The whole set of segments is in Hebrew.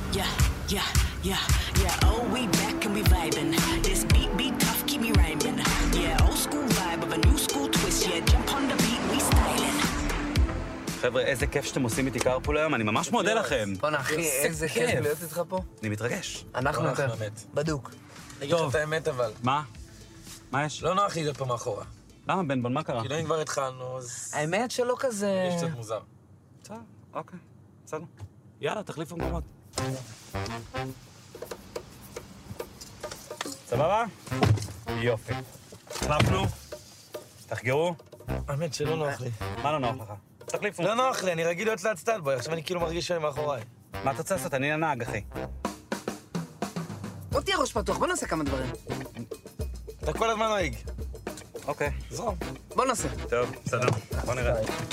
Yeah, oh, we back and we vibing. This beat tough, keep me rhyming. Yeah, old school vibe of a new school twist. Yeah, jump on the beat, we styling. חבר'ה, איזה כיף שאתם עושים איתי קארפול היום, אני ממש מודה לכם. בוא'נה, אחי, איזה כיף להיות איתך פה. אני מתרגש. אנחנו יותר. בדוק. נגיד לך את האמת אבל. מה? מה יש? לא נוח לי להיות פה מאחורה. למה, בן בן, מה קרה? כאילו אם כבר התחלנו, אז... האמת שלא כזה... יש קצת מוזר. בסדר, אוקיי, בסדר. יאללה, תחליפו מקומות. סבבה? יופי. החלפנו? תחגרו? האמת שלא נוח לי. מה לא נוח לך? תחליפו. לא נוח לי, אני רגיל להיות ליד סטלבוי, עכשיו אני כאילו מרגיש שאני מאחוריי. מה אתה רוצה לעשות? אני הנהג, אחי. בוא תהיה ראש פתוח, בוא נעשה כמה דברים. אתה כל הזמן נוהג. אוקיי. זרום. בוא נעשה. טוב, בסדר. בוא נראה.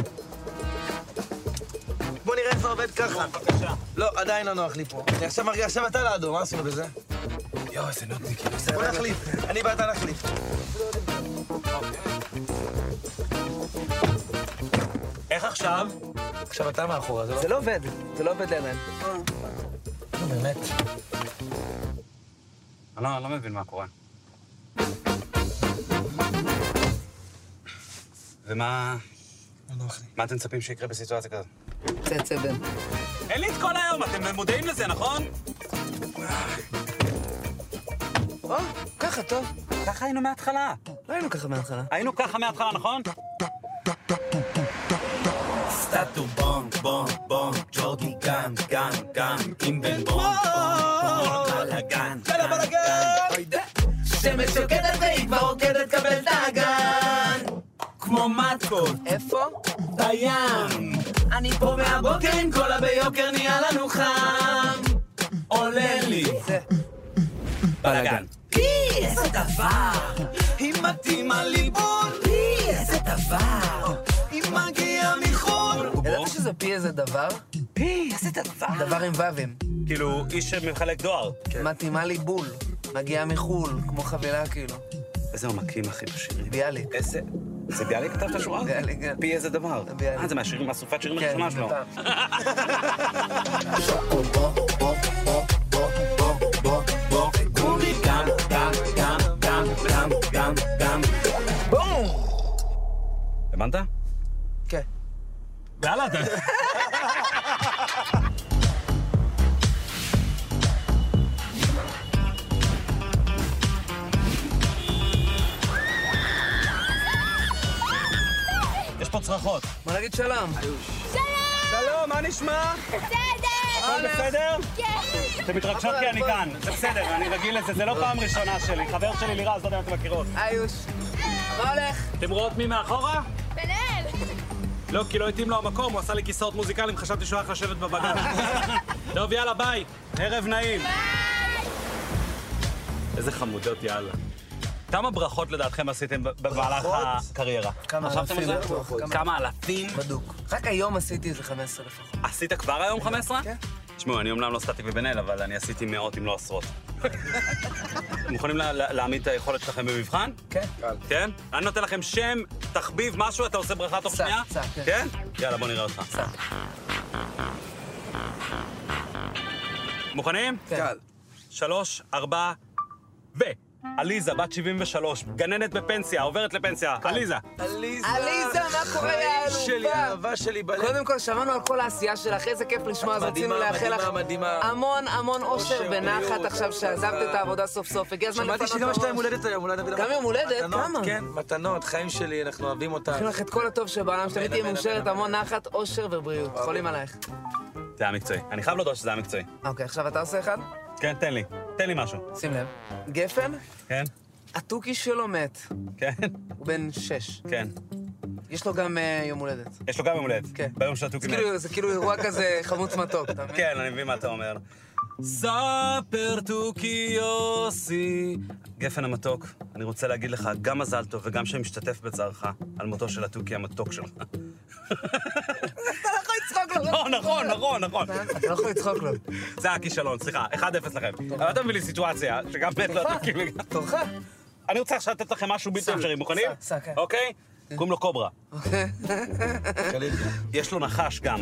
בוא נראה איך זה עובד ככה. בבקשה. לא, עדיין לא נוח לי פה. אני עכשיו מרגיש, עכשיו אתה לידו, מה עשינו בזה? יואו, איזה נודניק. בוא נחליף. אני ואתה נחליף. איך עכשיו? עכשיו אתה מאחורה, זה לא... זה לא עובד, זה לא עובד לידיים. באמת. אני לא מבין מה קורה. ומה... לא נוח לי. מה אתם מצפים שיקרה בסיטואציה כזאת? צא בן. אין לי את כל היום, אתם מודעים לזה, נכון? או, ככה, טוב. ככה היינו מההתחלה. לא היינו ככה מההתחלה. היינו ככה מההתחלה, נכון? סטטו בונג, בונג, בונג, ג'ורגי גן, גן, גן, עם בן בונג, בונג, בלגן, יאללה בלגן! שמש שוקדת והיא כבר רוקדת קבל את האגן כמו מתקות איפה? בים אני פה מהבוקר עם קולה ביוקר נהיה לנו חם עולה לי זה. בלגן. איזה דבר היא מתאימה לי בול איזה דבר היא מגיעה מחול ידעת שזה פי איזה דבר? פי איזה דבר דבר עם וווים. כאילו, איש שמחלק דואר. מתאימה לי בול. מגיעה מחול, כמו חבילה כאילו. איזה עומקים הכי בשירים. ביאליק. איזה... זה ביאליק כתב את השורה? ביאליק, כן. פי איזה דבר. ביאליק. זה מהשירים, מהסופת שירים כן, הראשונה שלו. גורי גם, גם, גם, גם, גם, גם, גם בום! הבנת? כן. יאללה, אתה... יש פה צרחות. בוא נגיד שלום. שלום, מה נשמע? הכל בסדר? כן. אתם מתרגשות כי אני כאן. זה בסדר, אני רגיל לזה, זה לא פעם ראשונה שלי. חבר שלי לירז, לא יודע אם אתם מכירות. איוש. מה הולך? אתם רואות מי מאחורה? בנאל. לא, כי לא התאים לו המקום, הוא עשה לי כיסאות מוזיקליים, חשבתי שהוא הולך לשבת בבגן. טוב, יאללה, ביי. ערב נעים. איזה חמודות, יאללה. כמה ברכות לדעתכם עשיתם במהלך הקריירה? כמה חשבתם על אלפים זה? בטוח. כמה אלפים? בדוק. רק היום עשיתי איזה 15 לפחות. עשית כבר היום 15? כן. תשמעו, אני אומנם לא סטטיק בבן-אל, אבל אני עשיתי מאות אם לא עשרות. אתם מוכנים להעמיד את היכולת שלכם במבחן? כן. כן? אני נותן לכם שם, תחביב, משהו, אתה עושה ברכה תוך שנייה? סע, כן. כן? יאללה, בוא נראה אותך. סע. מוכנים? כן. 3, 4, ו... עליזה, בת 73, גננת בפנסיה, עוברת לפנסיה. עליזה. עליזה! עליזה, מה קורה, יא שלי, אלופה? אהבה שלי בלב. קודם כל, שמענו על כל העשייה שלך, איזה כיף לשמוע, אז רצינו מדהימה, לאחל לך מדהימה. המון המון אושר אושר, ונחת בריאות, עכשיו שעזבת את העבודה סוף סוף. הגיע הזמן שמעתי לפנות שגם יש בראש. להם הולדת היום, אולי נביא לך... גם יום הולדת? מתנות, כמה? כן, מתנות, חיים שלי, אנחנו אוהבים אותה. מאחלים לך את כל הטוב שבעולם, שתמיד תהיה אמן, מאושרת, אמן, המון נחת, אושר ובריאות. חולים עלייך. זה היה מקצועי. אני חייב להודות שזה היה מקצועי. אוקיי, עכשיו אתה עושה אחד? כן, תן לי משהו. שים לב. גפן, כן? התוכי שלו מת. כן? הוא בן 6. כן. יש לו גם יום הולדת. יש לו גם יום הולדת. כן. ביום של התוכי מת. זה כאילו אירוע כזה חמוץ מתוק, אתה מבין? כן, אני מבין מה אתה אומר. ספר תוכי יוסי. גפן המתוק, אני רוצה להגיד לך גם מזל טוב וגם שאני משתתף בצערך על מותו של התוכי המתוק שלך. אתה לא יכול לצחוק לו. נכון. אתה לא יכול לצחוק לו. זה היה כישלון, סליחה, 1-0 לכם. אבל אתה מביא לי סיטואציה שגם מת לו התוכי וגם... תורך. אני רוצה עכשיו לתת לכם משהו בלתי אפשרי, מוכנים? סע, כן. אוקיי? קוראים לו קוברה. אוקיי. יש לו נחש גם,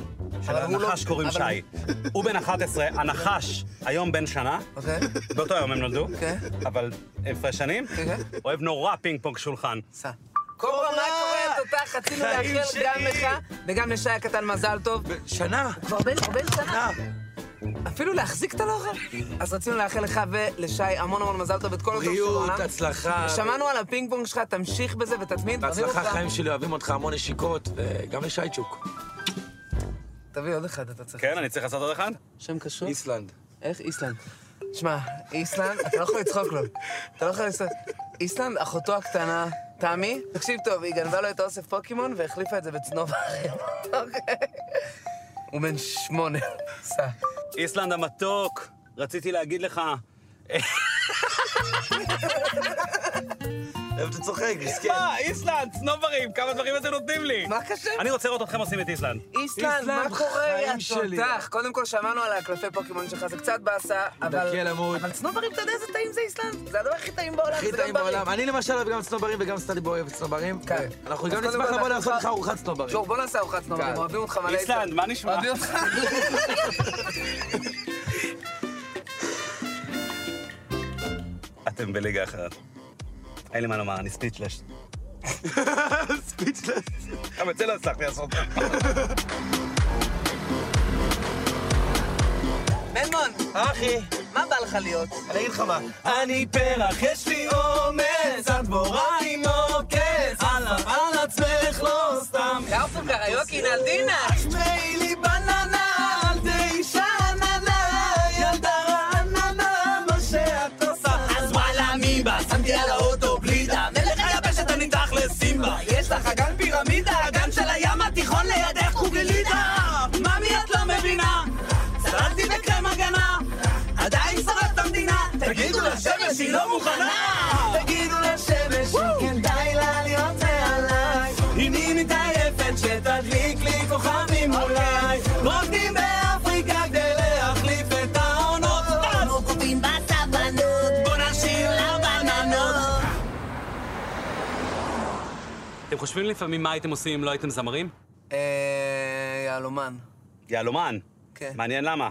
שלנחש קוראים שי. הוא בן 11, הנחש היום בן שנה. אוקיי. באותו יום הם נולדו. אוקיי. אבל הפרש שנים. אוהב נורא פינג פונג שולחן. סע. קוברה, מה קורה? תותח, רצינו לאחל גם לך וגם לשי הקטן מזל טוב. שנה. כבר בן שנה. אפילו להחזיק אתה לא יכול. אז רצינו לאחל לך ולשי המון מזל טוב את כל הטוב של העולם. בריאות, הצלחה. שמענו על הפינג פונג שלך, תמשיך בזה ותתמיד. בהצלחה, חיים שלי, אוהבים אותך, המון נשיקות, וגם לשייצ'וק. תביא עוד אחד, אתה צריך. כן, אני צריך לעשות עוד אחד? שם קשור? איסלנד. איך איסלנד? שמע, איסלנד, אתה לא יכול לצחוק לו. אתה לא יכול לצחוק. איסלנד, אחותו הקטנה, תמי, תקשיב טוב, היא גנבה לו את האוסף פוקימון והחליפה את זה בצנוב אחר. אוקיי. הוא בן 8. סע. איסלנד המתוק, רציתי להגיד לך... איפה אתה צוחק, מסכן? מה, איסלנד, סנוברים, כמה דברים אתם נותנים לי? מה קשה? אני רוצה לראות אתכם עושים את איסלנד. איסלנד, מה קורה, יא חיים שלי. תותח? קודם כל שמענו על הקלפי פוקימון שלך, זה קצת באסה, אבל... דקל עמוד. אבל צנוברים, אתה יודע איזה טעים זה איסלנד? זה הדבר הכי טעים בעולם, הכי זה גם טעים בריא. בעולם. אני למשל אוהב גם צנוברים וגם סטדי בוי אוהב צנוברים. כן. אנחנו אז גם קודם נשמח כל לבוא אנחנו לעשות לך- לך ארוחת צנוברים. שור, בוא נעשה ארוחת צנוברים, כן. אוהבים אותך מלא. איסלנד, מה נשמע? אוהבים אותך. אתם בליגה אחרת. אין לי מה לומר, אני ספיצ'לס. ספיצ'לס. גם את זה לא הצלחתי לעשות. בנמון, אחי, מה בא לך להיות? אני אגיד לך מה. אני פרח, יש לי אומץ, את בורה עם עוקץ, על עצמך לא סתם. קרפו קריוקי נלדינה. תשמעי לי בננה, אל תהי שאננה, ילדה רעננה, מה שאת עושה. אז וואלה מי בה, שמתי על האוטו גלידה, מלך היבשת אני תכלס סימבה. יש לך אגן פירמידה, אגן של הים התיכון לידך קוגלידה. ממי את לא מבינה, צללתי בקרם הגנה, עדיין שורף את המדינה. תגידו לשמש היא לא מוכנה, תגידו לשמש כן די לה להיות מעליי. אם היא מתעייפת שתדליק לי כוכבים אולי, רוקדים באפריקה כדי להחליף את העונות. אנו קופים בסבנות, בוא נשאיר לבננות. אתם חושבים לפעמים מה הייתם עושים אם לא הייתם זמרים? יהלומן. יהלומן. כן. מעניין למה.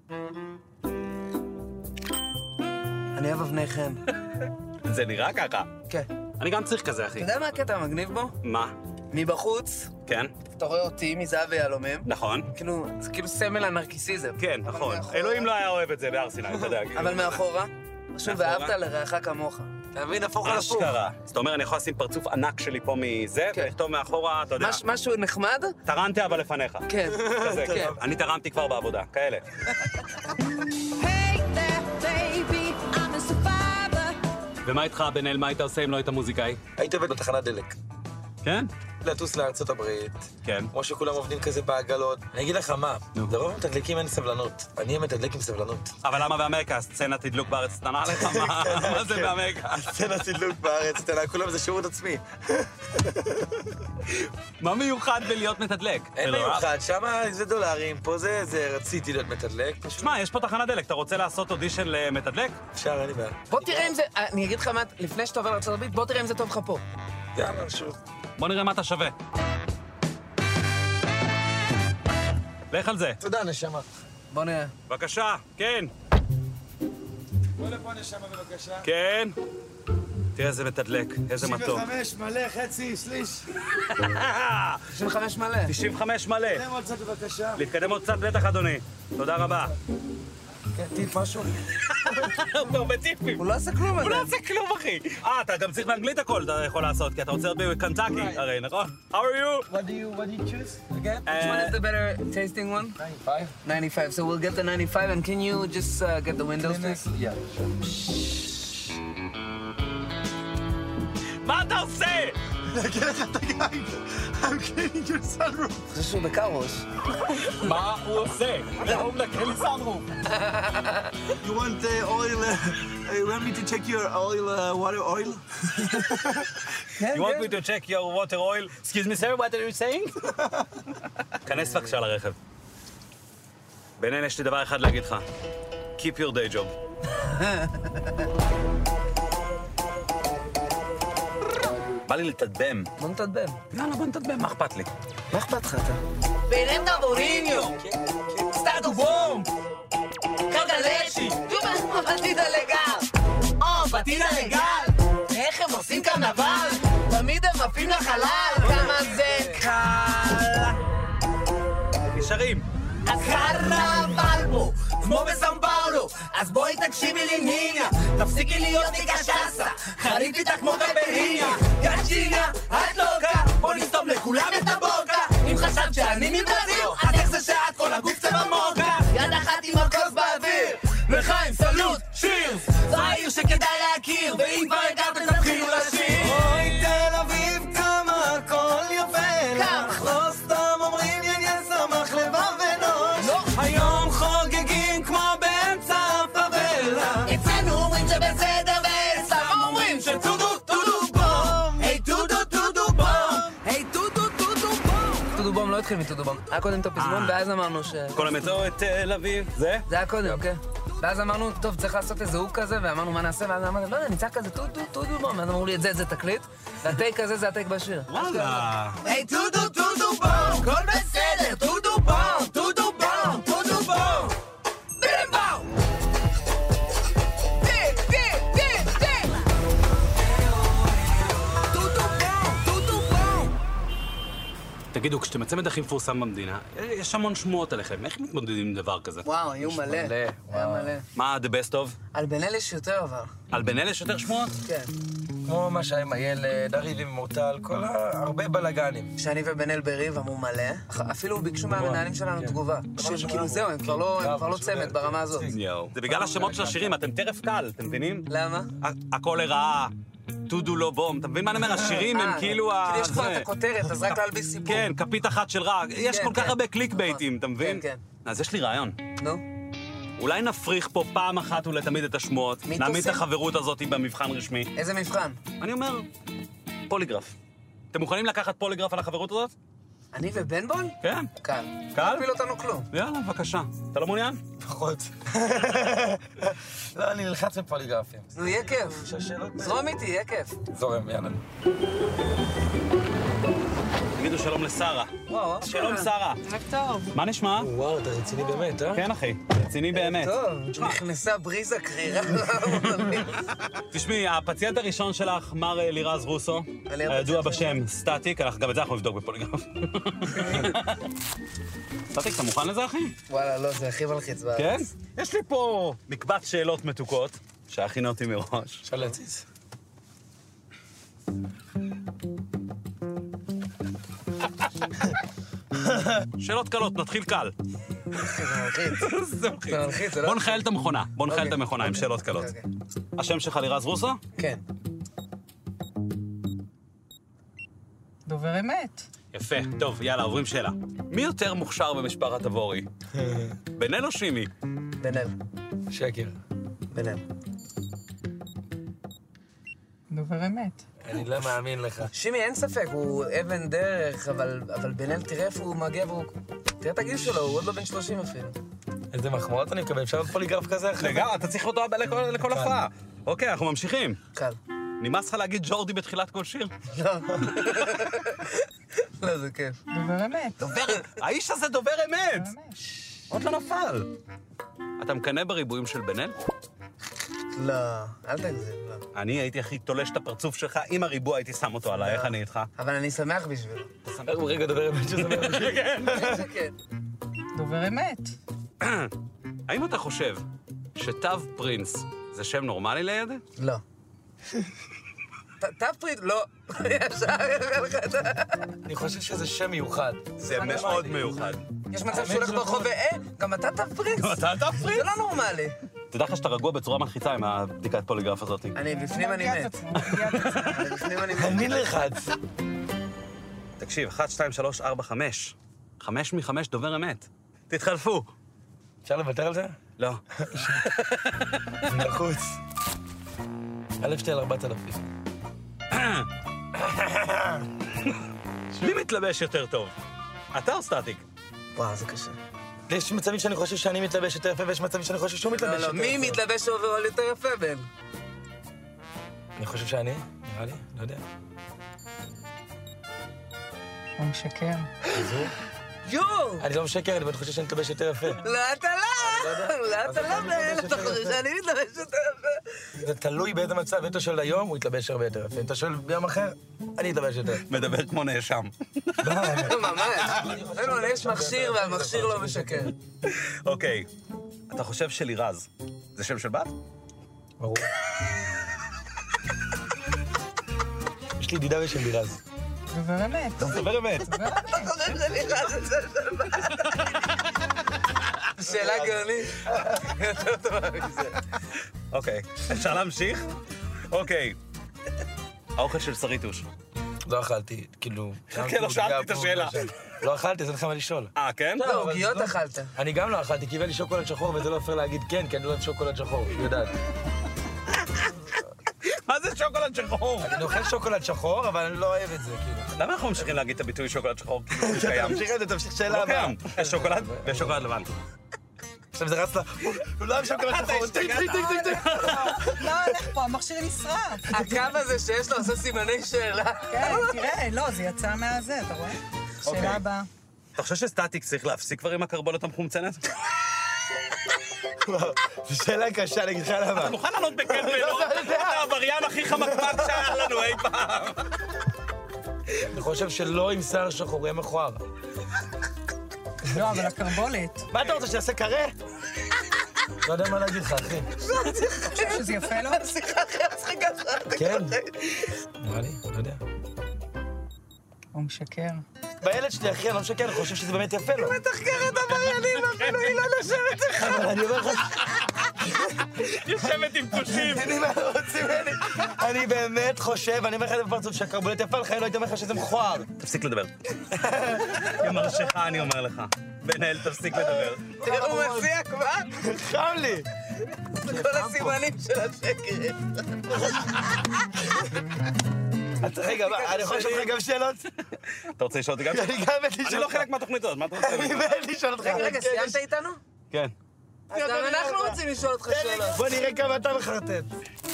אני אוהב אבני חן. זה נראה ככה. כן. אני גם צריך כזה, אחי. אתה יודע מה הקטע המגניב בו? מה? מבחוץ, כן? אתה רואה אותי מזהב ויהלומים. נכון. כאילו, זה כאילו סמל הנרקיסיזם. כן, אבל נכון. מאחורה- אלוהים לא היה אוהב את זה בהר סיני, אתה יודע. אבל מאחורה, פשוט מאחורה? ואהבת לרעך כמוך. אתה מבין, הפוך על הפוך. אשכרה. זאת אומרת, אני יכול לשים פרצוף ענק שלי פה מזה, כן. ולכתוב מאחורה, אתה יודע, משהו נחמד? תרמתי אבל לפניך. כן. כזה, כן. אני תרמתי כבר בעבודה, כאלה. Hey there, baby, I'm a survivor. ומה איתך, בן-אל, מה היית עושה אם לא היית מוזיקאי? היית עובד בתחנת דלק. כן? לטוס לארצות הברית. כן. כמו שכולם עובדים כזה בעגלות. אני אגיד לך מה, נו. לרוב מתדלקים אין סבלנות. אני מתדלק עם סבלנות. אבל למה באמריקה? הסצנת תדלוק בארץ קטנה לך? מה זה באמריקה? סצנת תדלוק בארץ, כולם זה שירות עצמי. מה מיוחד בלהיות מתדלק? אין זה לא רע? מיוחד, שמה זה דולרים, פה זה רציתי להיות מתדלק. פשוט שמע, יש פה תחנת דלק, אתה רוצה לעשות אודישן למתדלק? אפשר, אין לי בעיה. בוא תראה אם זה... אני אגיד לך מה, לפני שאתה עובר לארצות הברית, בוא תראה אם זה טוב לך פה. יאללה, שוב. בוא נראה מה אתה שווה. לך על זה. תודה, נשמה. בוא נראה. בבקשה, כן. בוא לפה, נשמה, בבקשה. כן. תראה איזה מתדלק, איזה מתוק. 95, מלא, חצי, שליש. 95 מלא. 95 מלא. תן עוד קצת, בבקשה. להתקדם עוד קצת בטח, אדוני. תודה רבה. כן, טיפ משהו. הוא הרבה טיפים. הוא לא עשה כלום הוא לא עדיין. עושה כלום, אחי. אתה גם צריך באנגלית הכל, אתה יכול לעשות, כי אתה רוצה להיות בקנטקי, הרי, נכון? How are you? What do you choose again? Which one is the better tasting one? 95. 95. So we'll get the 95, and can you just get the windows fixed? Yeah. מה אתה עושה? I'm cleaning your sunroof. זה שהוא בקרוש. מה הוא עושה? הוא מנקה לי סנרוף. You want oil? You want me to check your oil, water oil? You want me to check your water oil? Excuse me, sir, what are you saying? כנס בבקשה לרכב. בן-אל, יש לי דבר אחד להגיד לך. Keep your day job. בא לי לתדבם. בוא נתדבם. יאללה, בוא נתדבם, מה אכפת לי? מה אכפת לך אתה? Venendo Mourinho, Estado bom, Cagalechi, batida legal, batida legal, איך הם עושים קרנבל, תמיד הם עפים לחלל, כמה זה קל. נשארים. אז קרנבל בו, כמו בסאו פאולו, אז בואי תקשיבי לי ניניה, תפסיקי להיות לי קשסה, חריף איתה כמו בבריניה, קצ'יניה, את לוקה, בוא נסתום לכולם את הבוקה, אם חשבת שאני מברזיל, אז איך זה שאת כל הגוף צבע מוקה, יד אחת עם הכוס באוויר, לחיים סלוט, שירס, זו העיר שכדאי להכיר, ואם כבר הגעתם תתחילו לשיר. אוי תל אביב כמה הכל יפה לך, לא סתם אומרים שמח לבב ונוש, היום חוגגים כמו באמצע הפאבלה, אצלנו אומרים שבסדר ואצלם אומרים שטודו טודו בום, היי טודו טודו בום, היי טודו טודו בום. טודו בום לא התחיל מטודו בום. היה קודם את הפזמון ואז אמרנו ש... כל המטרו את תל אביב, זה? זה היה קודם, כן. ואז אמרנו, טוב, צריך לעשות איזה הוק כזה, ואמרנו מה נעשה, ואז אמרנו, לא יודע, נצטרך כזה טודו בום, ואז אמרו לי, את זה תקליט, והטייק הזה זה הטייק בשיר. וואלה. היי טודו טודו בום, כל בסדר, טודו בום, טודו בום, טודו בום. בירים בום! טודו בום! תגידו, כשאתם הצמד הכי מפורסם במדינה, יש המון שמועות עליכם, איך מתמודדים עם דבר כזה? וואו, היו מלא. היה מלא. מה the best of? על בן אל יש יותר אבל. על בן אל יש יותר שמועות? כן. כמו מה שהיה עם הילד, הריב עם מורטל, הרבה בלאגנים. שאני ובן אל בריב אמרו מלא. אפילו ביקשו מהמנהלים שלנו תגובה. שכאילו זהו, הם כבר לא צמד ברמה הזאת. יואו. זה בגלל השמות של השירים, אתם טרף קל, אתם מבינים? למה? הכל לרעה, טודו לא בום, אתה מבין מה אני אומר? השירים הם כאילו כאילו יש כבר את הכותרת, אז רק להלביס סיפור. כן, כפית אחת של רע. יש כל כך כן. הרבה קליק בייטים, אתה מבין? כן. אז יש לי רעיון. נו. אולי נפריך פה פעם אחת ולתמיד את השמועות, מיתוסים? נעמיד את החברות הזאת במבחן רשמי. איזה מבחן? אני אומר, פוליגרף. אתם מוכנים לקחת פוליגרף על החברות הזאת? אני ובן בול? כן. קל. קל? לא מפיל אותנו כלום. יאללה, בבקשה. אתה לא מעוניין? פחות. לא, אני נלחץ בפוליגרפים. נו, יהיה כיף. זרום איתי, יהיה כיף. זורם, יאללה. תגידו שלום לשרה. וואו. שלום שרה. טוב. מה נשמע? וואו, אתה רציני באמת, אה? כן, אחי. רציני באמת. טוב, נכנסה בריזה קרירה. תשמעי, הפציינט הראשון שלך, מר לירז רוסו, הידוע בשם סטטיק, גם את זה אנחנו נבדוק בפוליגרף. סטטיק, אתה מוכן לזה, אחי? וואלה, לא, זה הכי מלחיץ בארץ. כן? יש לי פה מקבץ שאלות מתוקות, שהכינו אותי מראש. אפשר להציץ. שאלות קלות, נתחיל קל. זה מלחיץ. בוא נחייל את המכונה, עם שאלות קלות. השם שלך לירז רוסו? כן. דובר אמת. יפה. טוב, יאללה, עוברים שאלה. מי יותר מוכשר במשפחת אבורי? בן אל או שימי? בן אל. שקר. בן אל. דובר אמת. אני לא מאמין לך. שימי, אין ספק, הוא אבן דרך, אבל בן אל, תראה איפה הוא מגיע והוא... תראה את הגיל שלו, הוא עוד לא בן 30 אפילו. איזה מחמאות אני מקבל, אפשר עוד פוליגרף כזה אחרי? רגע, אתה צריך אותו לכל הפרעה. אוקיי, אנחנו ממשיכים. קל. נמאס לך להגיד ג'ורדי בתחילת כל שיר? לא, זה כיף. דובר אמת. האיש הזה דובר אמת! עוד לא נפל. אתה מקנא בריבועים של בן אל? לא, אל תגזים, לא. אני הייתי הכי תולש את הפרצוף שלך, עם הריבוע הייתי שם אותו עליי, איך אני איתך? אבל אני שמח בשבילו. הוא רגע דובר אמת שזה אומר בשביל. זה כן. דובר אמת. האם אתה חושב שתו פרינס זה שם נורמלי ליד? לא. תפריד, לא. ישר יראה לך את ה... אני חושב שזה שם מיוחד. זה מאוד מיוחד. יש מצב שהוא הולך ברחוב גם אתה תפריד? גם אתה תפריד? זה לא נורמלי. תדע לך שאתה רגוע בצורה מלחיצה עם הבדיקת פוליגרף הזאת. אני בפנים אני מת. בפנים אני מת. אני נלחץ. תקשיב, 1, 2, 3, 4, 5. 5 מ-5 דובר אמת. תתחלפו. אפשר לוותר על זה? לא. נחוץ. א' שתי על 4,000. מי מתלבש יותר טוב? אתה או סטטיק? וואו, זה קשה. יש מצבים שאני חושב שאני מתלבש יותר יפה, ויש מצבים שאני חושב שהוא מתלבש יותר יפה. מי מתלבש אוברול יותר יפה, בן? אני חושב שאני, נראה לי, לא יודע. הוא משקר. יואו! אני לא משקר, אני חושב שאני מתלבש יותר יפה. לא, אתה לא מנהל, אתה חושב שאני מתלבש יותר יפה. זה תלוי באיזה מצב, אם אתה שואל היום, הוא יתלבש הרבה יותר יפה. אם אתה שואל ביום אחר, אני אתלבש יותר. מדבר כמו נאשם. ממש. יש מכשיר והמכשיר לא משקר. אוקיי, אתה חושב שלירז זה שם של בת? ברור. יש לי ידידה בשם לירז. דובר אמת. דבר אמת. שאלה גאונית. יותר טובה מזה. אוקיי, אפשר להמשיך? אוקיי. האוכל של שריטוש. לא אכלתי, כאילו... כן, לא שאלתי את השאלה. לא אכלתי, אז אין לך מה לשאול. כן? לא, עוגיות אכלת. אני גם לא אכלתי, כי הבא לי שוקולד שחור, וזה לא פייר להגיד כן, כי אני לא אוהב שוקולד שחור, היא יודעת. מה זה שוקולד שחור? אני אוכל שוקולד שחור, אבל אני לא אוהב את זה, כאילו. למה אנחנו ממשיכים להגיד את הביטוי שוקולד שחור? כאילו הוא קיים. תמשיך את זה, תמשיך שאלה לא הבאה. קיים. יש שוקולד ויש שוקולד לבן. עכשיו זה רץ לה, הוא לא אוהב שוקולד שחור, טיק טיק טיק טיק טיק. לא הולך פה, המכשיר נשרף. הקו הזה שיש לו עושה סימני שאלה. כן, תראה, לא, זה יצא מהזה, אתה רואה? שאלה הבאה. אתה חושב שסטטיק צריך להפסיק כבר עם הקרבולת המחומצנת? זו שאלה קשה, אני אגיד לך למה. אתה מוכן לענות בכיף ולא? אתה העבריין הכי חמקמק שהיה לנו אי פעם. אני חושב שלא עם שיער שחור, הוא יהיה מכוער. לא, אבל הקרבולת. מה אתה רוצה, שיעשה קרה? לא יודע מה להגיד לך, אחי. אתה חושב שזה יפה לו? שיחה הכי מצחיקה שלך. כן? נראה לי, לא יודע. הוא משקר. בילד שלי, אחי, אני לא משקר, אני חושב שזה באמת יפה לו. מתחקרת עבריינים, אפילו היא לא נושבת לך. אבל אני אומר לך... יושבת עם פושים. אני באמת חושב, אני אומר לך את זה בפרצוף, שהקרבולת יפה לך, אני לא הייתי אומר לך שזה מכוער. תפסיק לדבר. כמרשך אני אומר לך. בן-אל, תפסיק לדבר. תראה, הוא מציע כבר. חם לי. כל הסימנים של השקר. רגע, אני יכול לשאול אותך גם שאלות? אתה רוצה לשאול אותי גם? אני גם מת לשאול אותך. אני לא חלק מהתוכנית הזאת, מה אתה רוצה? אני מת לשאול אותך. רגע, סיימת איתנו? כן. אז גם אנחנו רוצים לשאול אותך שאלות. בוא נראה כמה אתה מחרטט.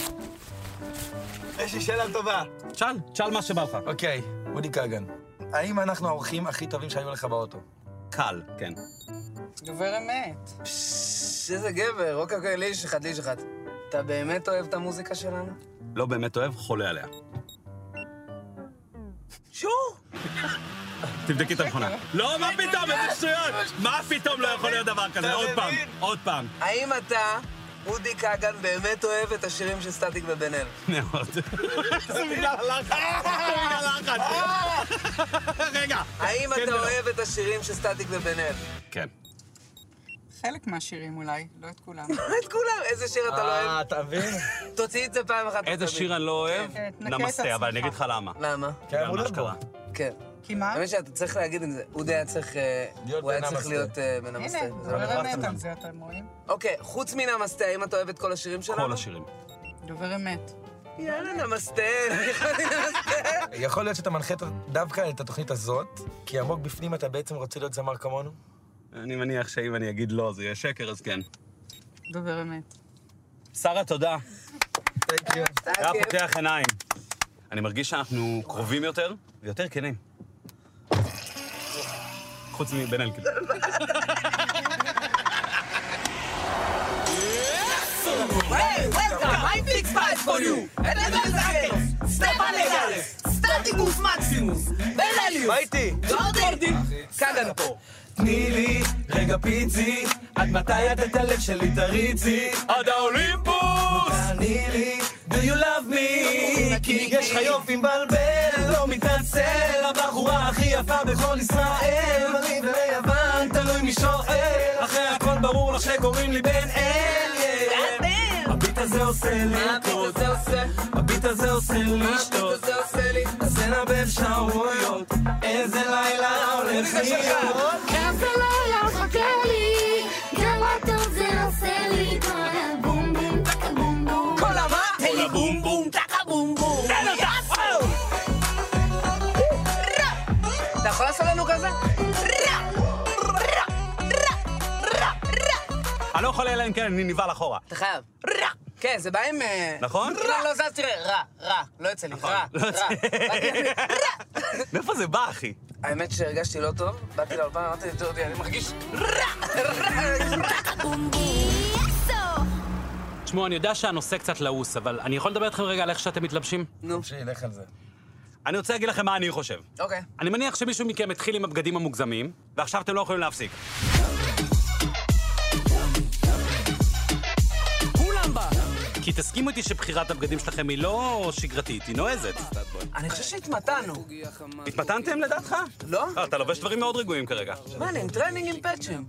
יש לי שאלה טובה. שאל מה שבא לך. אוקיי, אודי כגן. האם אנחנו האורחים הכי טובים שהיו לך באוטו? קל, כן. דובר אמת. איזה גבר, אוקיי, לי איש אחד. אתה באמת אוהב את המוזיקה שלנו? לא באמת אוהב, חולה עליה. שור! תבדקי את המכונה. לא, מה פתאום, איזה שטויות! מה פתאום לא יכול להיות דבר כזה? עוד פעם. האם אתה, אודי כגן, באמת אוהב את השירים של סטטיק ובן-אל? מאוד. זה בגלל הלחץ. רגע. האם אתה אוהב את השירים של סטטיק ובן-אל? כן. חלק מהשירים אולי, לא את כולם. את כולם, איזה שיר אתה לא אוהב? אתה מבין? תוציא את זה פעם אחת. איזה שיר אני לא אוהב? כן, תנקה את נמסטה, אבל אני עצמך. אגיד לך למה. למה? כן, בגלל מה שקרה. כן. כי מה? האמת שאתה צריך להגיד את זה. אודי היה צריך... הוא היה צריך בנמסטה. להיות בנמסטה. הנה, זה לא דובר נכון. אמת על זה, אתם רואים? אוקיי, חוץ מנמסטה, האם אתה אוהב את כל השירים שלנו? כל השירים. דובר אמת. יאללה, נמסטה. נמסטה. יכול להיות שאתה מנחה דווקא את התוכנית הזאת, כי עמוק בפנים אתה בעצם רוצה להיות זמר כמונו? אני מניח שאם אני אגיד לא, זה יהיה שקר, אז כן. דובר אמת. שרה, תודה. תודה. היה פותח עיניים. אני מרגיש שאנחנו קרובים יותר ויותר כנים. חוץ מבן אלקין. Welcome, I fix spice for you. And then Stefan Legales, Staticus Maximus, Benelius, מה איתי? גורדי, כגן פה. תני לי רגע פיצי, עד מתי את הלב שלי תריצי? עד האולימפוס! תעני לי, do you love me? כי יש לך יופי מבלבל, לא מתנצל, הבחורה הכי יפה בכל ישראל. אני וליוון, תלוי מי שואל, אחרי הכל ברור לך שקוראים לי בן אל. הביט הזה עושה לי הכל, הביט הזה עושה לי שטות, אז ננבב שערויות, איזה לילה הולך להיות. איזה לילה מחכה לי, כמה טוב זה עושה לי, כל הבום בום טקה בום בום. כל המה? כל הבום בום טקה בום בום. אתה יכול לעשות לנו כזה? אני לא יכול אלא אם כן, אני נבעל אחורה. אתה חייב. כן, זה בא עם... נכון? לא זז, תראה, רע. לא יוצא לי, רע. מאיפה זה בא, אחי? האמת שהרגשתי לא טוב, באתי לאולפן, אמרתי לי, ג'ורדי, אני מרגיש תשמעו, אני יודע שהנושא קצת לעוס, אבל אני יכול לדבר איתכם רגע על איך שאתם מתלבשים? נו. שילך על זה. אני רוצה להגיד לכם מה אני חושב. אוקיי. אני מניח שמישהו מכם התחיל עם הבגדים המוגזמים, ועכשיו אתם לא יכולים להפסיק. כולם בה! כי תסכימו איתי שבחירת הבגדים שלכם היא לא שגרתית, היא נועזת. אני חושב שהתמתנו. התמתנתם לדעתך? לא? לא, אתה לובש דברים מאוד רגועים כרגע. מה, אני עם טרנינג עם פאצ'ים.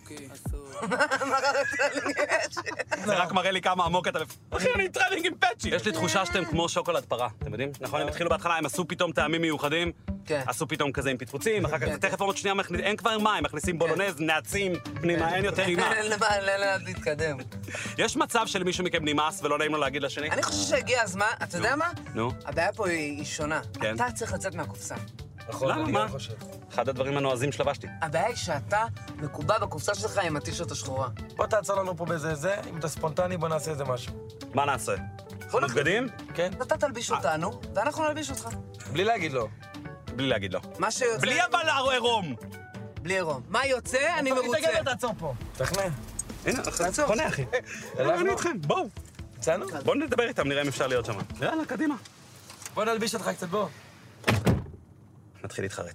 זה רק מראה לי כמה עמוק אתה... אחי, אני עם טרנינג עם פאצ'ים! יש לי תחושה שאתם כמו שוקולד פרה, אתם יודעים? נכון, הם התחילו בהתחלה, הם עשו פתאום טעמים מיוחדים. כן. עשו פתאום כזה עם פטפוצים, אחר כך תכף עוד שנייה אין כבר מים, מכניסים בולונז, נעצים, פנימה, אין יותר אימה. אין למה להתקדם. יש מצב שלמישהו מכם נמאס ולא נעים לו להגיד לשני? אני חושב שהגיע הזמן, אתה יודע מה? נו. הבעיה פה היא שונה. כן. אתה צריך לצאת מהקופסה. נכון, למה? אני מה? גם חושב. אחד הדברים הנועזים שלבשתי. הבעיה היא שאתה מקובע בקופסה שלך עם הטישרט השחורה. בוא תעצור לנו פה באיזה זה, אם אתה ספונטני בוא נעשה איזה משהו. מה נעשה? בוא בגדים? כן? אתה תלביש אותנו, ואנחנו נלביש אותך. בלי להגיד לו. בלי להגיד לו. מה שיוצא... בלי אבל עירום! בלי עירום. מה יוצא, אני מרוצה. תעצור פה. תכנן. הנה, תעצור. חונה, אחי. הלכנו? אני איתכם, בואו. יצאנו? בואו נדבר איתם, נראה אם אפשר להיות שם. יאללה, קדימה. בוא נלביש אותך קצת, בוא. נתחיל להתחרט.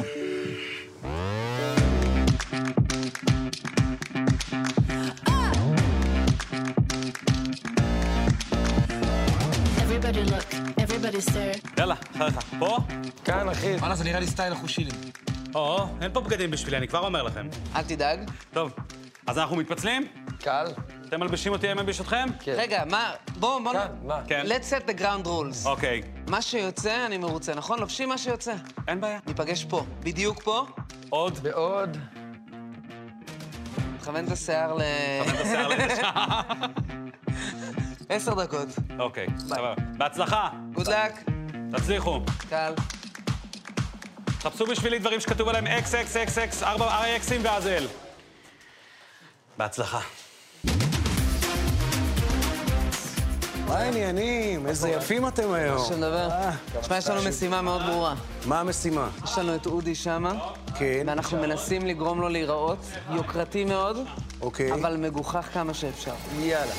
Everybody look, everybody stare. יאללה, אחריך. פה? כאן, אחי. וואלה, זה נראה לי סטייל אחושילים. אין פה בגדים בשבילי, אני כבר אומר לכם. אל תדאג. טוב, אז אנחנו מתפצלים? קל. אתם מלבישים אותי, אני מלביש אתכם? רגע, מה? בוא... כאן, מה? כן. Let's set the ground rules. אוקיי. מה שיוצא, אני מרוצה, נכון? לובשים מה שיוצא. אין בעיה. ניפגש פה. בדיוק פה. עוד? ועוד. תכוון את השיער ל... תכוון את השיער לשעה. 10 דקות. אוקיי, סבבה. בהצלחה. Good luck. תצליחו. קל. חפשו בשבילי דברים שכתוב עליהם XXXX, 4 X'ים ואז L. בהצלחה. מה העניינים? איזה יפים אתם היום. שנדבר. תשמע, יש לנו משימה מאוד ברורה. מה המשימה? יש לנו את אודי שמה, כן. ואנחנו מנסים לגרום לו להיראות יוקרתי מאוד, אוקיי. אבל מגוחך כמה שאפשר. יאללה.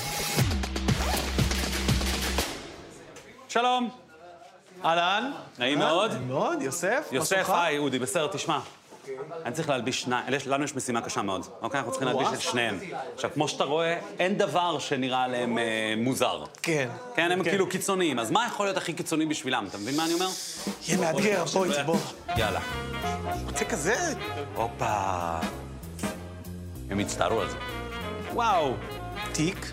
שלום. אהלן. נעים מאוד. מאוד, יוסף? יוסף, היי, אודי, בסדר, תשמע. אני צריך להלביש שניים, לנו יש משימה קשה מאוד, אוקיי? אנחנו צריכים להלביש את שניהם. עכשיו, כמו שאתה רואה, אין דבר שנראה להם מוזר. כן. כן, הם כאילו קיצוניים, אז מה יכול להיות הכי קיצוני בשבילם? אתה מבין מה אני אומר? יהיה מאתגר, בוא איתי, בוא. יאללה. רוצה כזה? הופה. הם הצטערו על זה. וואו. תיק.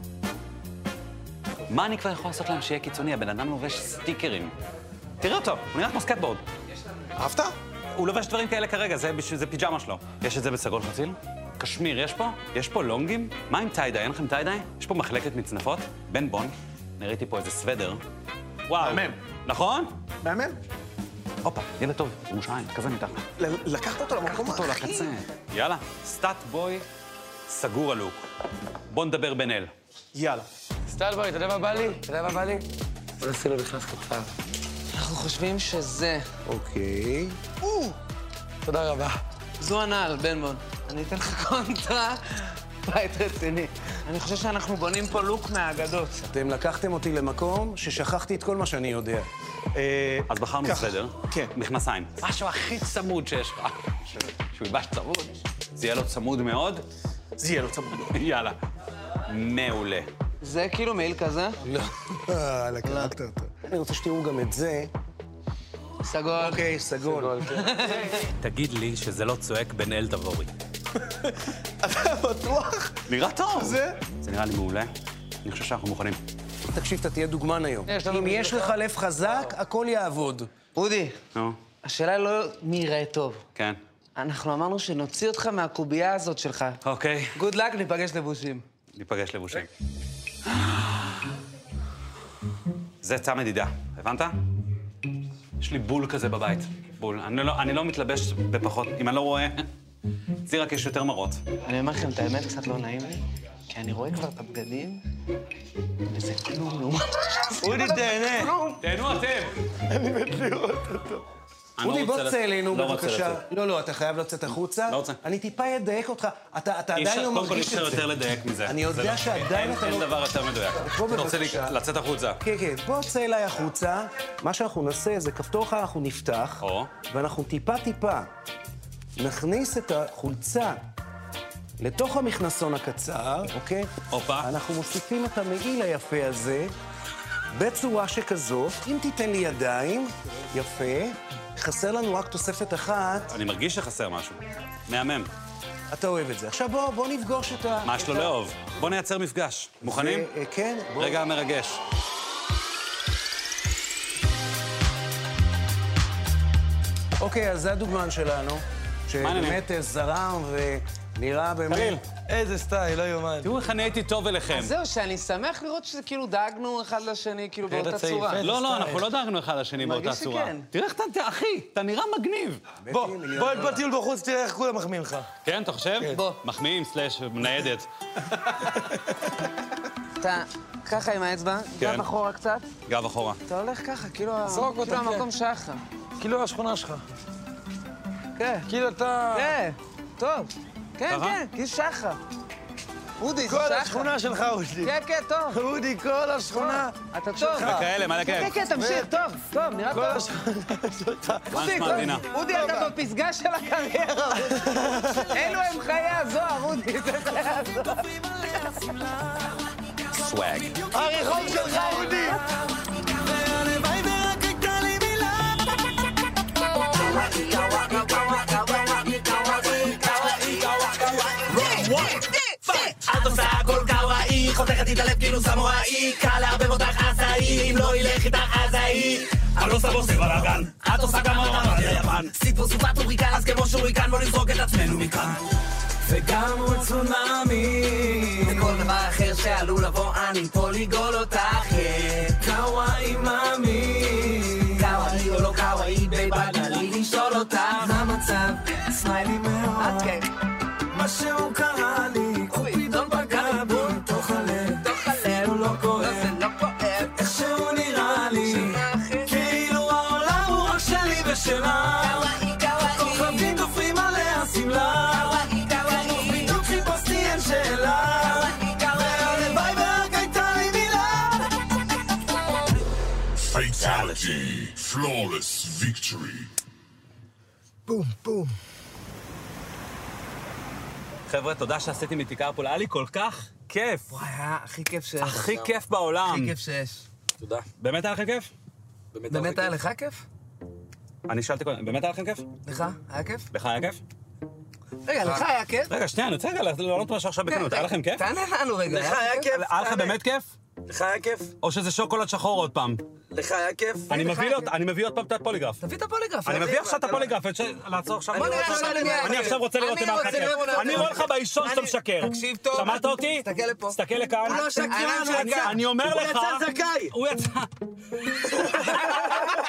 מה אני כבר יכול לעשות להם שיהיה קיצוני? הבן אדם לובש סטיקרים. תראה אותו, הוא נראה כמו סקטבורד. אהבת? הוא לובש דברים כאלה כרגע, זה פיג'מה שלו. יש את זה בסגול חציל? קשמיר יש פה? יש פה לונגים? מה עם טיידיי? אין לכם טיידיי? יש פה מחלקת מצנפות? בן בון, נראיתי פה איזה סוודר. וואו. מהמם. נכון? מהמם. הופה, ילד טוב, ירושלים, כזה מתחת. לקחת אותו למקום אותו הכי... לקצה. יאללה, סטאט בוי, סגור הלוק. בוא נדבר בן אל. יאללה. סטייל בואי, אתה יודע מה בא לי? אתה יודע מה בא לי? בוא נשים לו בכלל קצר. אנחנו חושבים שזה. אוקיי. תודה רבה. זו הנעל, בן בון. אני אתן לך קונטרה. בית רציני. אני חושב שאנחנו בונים פה לוק מהאגדות. אתם לקחתם אותי למקום ששכחתי את כל מה שאני יודע. אז בחרנו סוודר. כן. מכנסיים. משהו הכי צמוד שיש לך. שהוא ילבש צמוד, זה יהיה לו צמוד מאוד. זה יהיה לו צמוד. יאללה. מעולה. זה כאילו מעיל כזה? לא. לקחת אותו. אני רוצה שתראו גם את זה. סגול. אוקיי, סגול. תגיד לי שזה לא צועק בן אל תבורי. אתה בטוח? נראה טוב. זה? זה נראה לי מעולה. אני חושב שאנחנו מוכנים. תקשיב, אתה תהיה דוגמן היום. אם יש לך לב חזק, הכל יעבוד. אודי, נו, השאלה היא לא מי יראה טוב. כן. אנחנו אמרנו שנוציא אותך מהקובייה הזאת שלך. אוקיי. גוד לק, ניפגש לבושים. ניפגש לבושים. זה צע מדידה, הבנת? יש לי בול כזה בבית. בול. אני לא מתלבש בפחות. אם אני לא רואה, אצלי רק יש יותר מראות. אני אומר לכם, את האמת קצת לא נעים לי, כי כי אני רואה כבר את הבגדים, וזה כלום לעומת... אודי, תהנה. תהנו אתם. אני מת לראות אותו. אודי, בוא תצא אלינו, לא רוצה בבקשה. לצאת. לא, אתה חייב לצאת החוצה. לא רוצה. אני טיפה אדייק אותך. אתה עדיין לא קודם כל אי מרגיש אפשר את זה. יותר לדייק מזה. אני יודע שעדיין אתה לא... אין דבר יותר מדויק. בוא אתה רוצה בבקשה. לצאת החוצה. כן, בוא צא אליי החוצה. מה שאנחנו נעשה זה כפתור אחד אנחנו נפתח, ואנחנו טיפה נכניס את החולצה לתוך המכנסון הקצר, אוקיי? הופה. אנחנו מוסיפים את המעיל היפה הזה בצורה שכזאת. אם תיתן לי ידיים, יפה. חסר לנו רק תוספת אחת. אני מרגיש שחסר משהו. מהמם. אתה אוהב את זה. עכשיו בוא נפגוש את ה... מה יש לו לאהוב? בוא נייצר מפגש. מוכנים? כן. רגע מרגש. אוקיי, אז זה הדוגמן שלנו, שבאמת זרם ונראה באמת... קליל. איזה סטייל, לא יאומן. תראו איך אני הייתי טוב אליכם. אז זהו, שאני שמח לראות שזה כאילו דאגנו אחד לשני, כאילו באותה צורה. לא, אנחנו לא דאגנו אחד לשני באותה מרגיש צורה. שכן. תראה איך אתה, אחי, אתה נראה מגניב. בוא טיול בחוץ, תראה איך כולם מחמיאים לך. כן, אתה חושב? בוא. מחמיאים, סלש, מניידת. אתה ככה עם האצבע, גב אחורה קצת. גב אחורה. אתה הולך ככה, כאילו אותה, המקום שייך לך. כאילו השכונה שלך. כן. כאילו אתה... כן, טוב. כן, ככה? כאילו שייך לך. אודי, זה כל שייך לך. השכונה שלך, אודי. כן, טוב. אודי, כל השכונה. אתה טוב. וכאלה, מה לכאב? כן, תמשיך, טוב, נראה כל טוב. השכונה שלך. מה נשמע, דינה? אודי, אתה בפסגה של הקריירה. אלו הם חיי הזוהר, אודי, זה חיי הזוהר. סוואג. הרחוב שלך, אודי. והלוואי ורק הייתה לי מילה. את עושה הכל קוואי, חותכת את הלב כאילו סמוראי, קל לערבב אותך עשאי, אם לא ילך איתך עזאי. אני לא סבו עושה בלאגן, את עושה גם אותה ביפן. סיפור סופת הוריקן, אז כמו שוריקן בוא נזרוק את עצמנו מכאן. וגם הוא צונאמי, וכל דבר אחר שעלול לבוא אני פה לגאול אותך. קוואי מאמי, קוואי או לא קוואי, בא לי לשאול אותך מה המצב, סמיילי מאוד, משהו קרה לי, פתאום פגע בי תוך הלב, הוא לא כואב, איך שהוא נראה לי, כאילו העולם הוא רק שלי ושלה, כוכבים דופים עליה סמלה, בדיוק חיפשתי אין שאלה, והלוואי ורק הייתה לי מילה. Fatality, flawless victory. בום. חבר'ה, תודה שעשיתם איתי קרפול, היה לי כל כך כיף. וואי, היה הכי כיף שיש. הכי כיף בעולם. הכי כיף שיש. תודה. באמת היה לכם כיף? באמת היה לך כיף? אני שאלתי קודם, באמת היה לכם כיף? לך? היה כיף? לך היה כיף? רגע, לך היה כיף? רגע, שנייה, אני רוצה רגע לענות משהו עכשיו בכנות. היה לכם כיף? תענה לנו רגע. לך היה כיף? היה לך באמת כיף? לך היה כיף? או שזה שוקולד שחור עוד פעם? לך היה כיף? אני מביא עוד פעם את הפוליגרף. תביא את הפוליגרף. אני מביא עכשיו את הפוליגרף, לעצור עכשיו. אני עכשיו רוצה לראות אם היה לך כיף. אני רואה לך באישון שאתה משקר. תקשיב טוב. שמעת אותי? תסתכל לפה. תסתכל לכאן. הוא לא שקרן, אני אומר לך... הוא יצא זכאי. הוא יצא...